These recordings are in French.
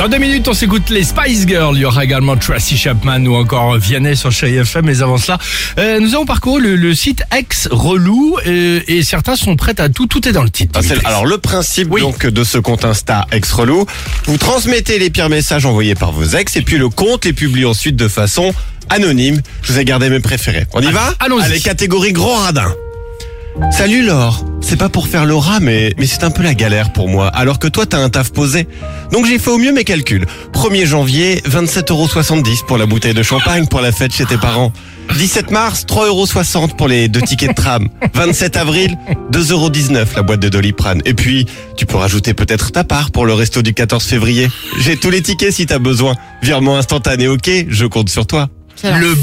Dans 2 minutes, on s'écoute les Spice Girls. Il y aura également Tracy Chapman ou encore Vianney sur Chérie FM. Mais avant cela, nous avons parcouru le site ex-relou et certains sont prêts à tout. Tout est dans le titre. Alors le principe donc de ce compte Insta ex-relou, vous transmettez les pires messages envoyés par vos ex et puis le compte les publie ensuite de façon anonyme. Je vous ai gardé mes préférés. On y va ? Allons-y. Allez, catégorie gros radin. Salut Laure, c'est pas pour faire Laura mais c'est un peu la galère pour moi alors que toi t'as un taf posé. Donc j'ai fait au mieux mes calculs. 1er janvier, 27,70€ pour la bouteille de champagne pour la fête chez tes parents. 17 mars, 3,60€ pour les 2 tickets de tram. 27 avril, 2,19€ la boîte de Doliprane. Et puis, tu peux rajouter peut-être ta part pour le resto du 14 février. J'ai tous les tickets si t'as besoin. Virement instantané, ok, je compte sur toi. Le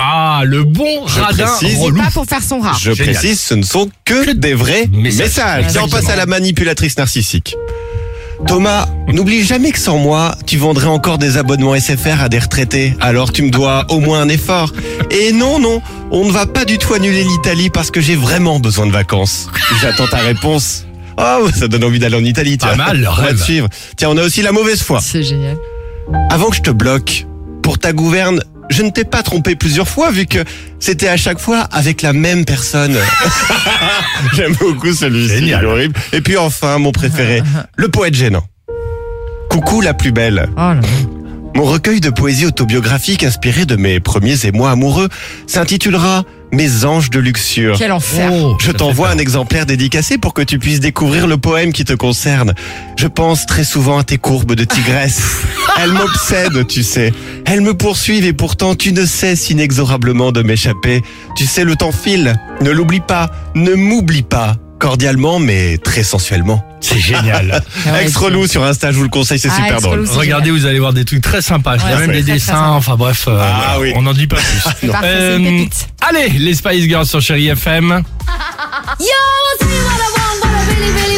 bon radin relou. Pas pour faire son rat. Je précise, ce ne sont que des vrais messages. Tiens, on passe à la manipulatrice narcissique. Thomas, n'oublie jamais que sans moi, tu vendrais encore des abonnements SFR à des retraités. Alors tu me dois au moins un effort. Et non, on ne va pas du tout annuler l'Italie parce que j'ai vraiment besoin de vacances. J'attends ta réponse. Oh, ça donne envie d'aller en Italie, tiens. Pas mal, le On va rêve. te suivre. Tiens, on a aussi la mauvaise foi. C'est génial. Avant que je te bloque, pour ta gouverne, je ne t'ai pas trompé plusieurs fois vu que c'était à chaque fois avec la même personne. J'aime beaucoup celui-ci, il est horrible. Et puis enfin, mon préféré, le poète gênant. Coucou la plus belle. Oh là là. Mon recueil de poésie autobiographique inspiré de mes premiers émois amoureux s'intitulera Mes anges de luxure. Quel enfer. Je t'envoie un exemplaire dédicacé pour que tu puisses découvrir le poème qui te concerne. Je pense très souvent à tes courbes de tigresse. Elles m'obsèdent, tu sais. Elles me poursuivent et pourtant tu ne cesses inexorablement de m'échapper. Tu sais, le temps file. Ne l'oublie pas. Ne m'oublie pas. Cordialement, mais très sensuellement. C'est génial. Ex-relou sur Insta, je vous le conseille, c'est super drôle. ex-relou, c'est Regardez, vous allez voir des trucs très sympas. Il y a même des très, très dessins. sympa. Enfin bref, oui. on n'en dit pas plus. Parfait, c'est une pépite. Allez, les Spice Girls sur Chérie FM. Yo, see what I want, what I really, really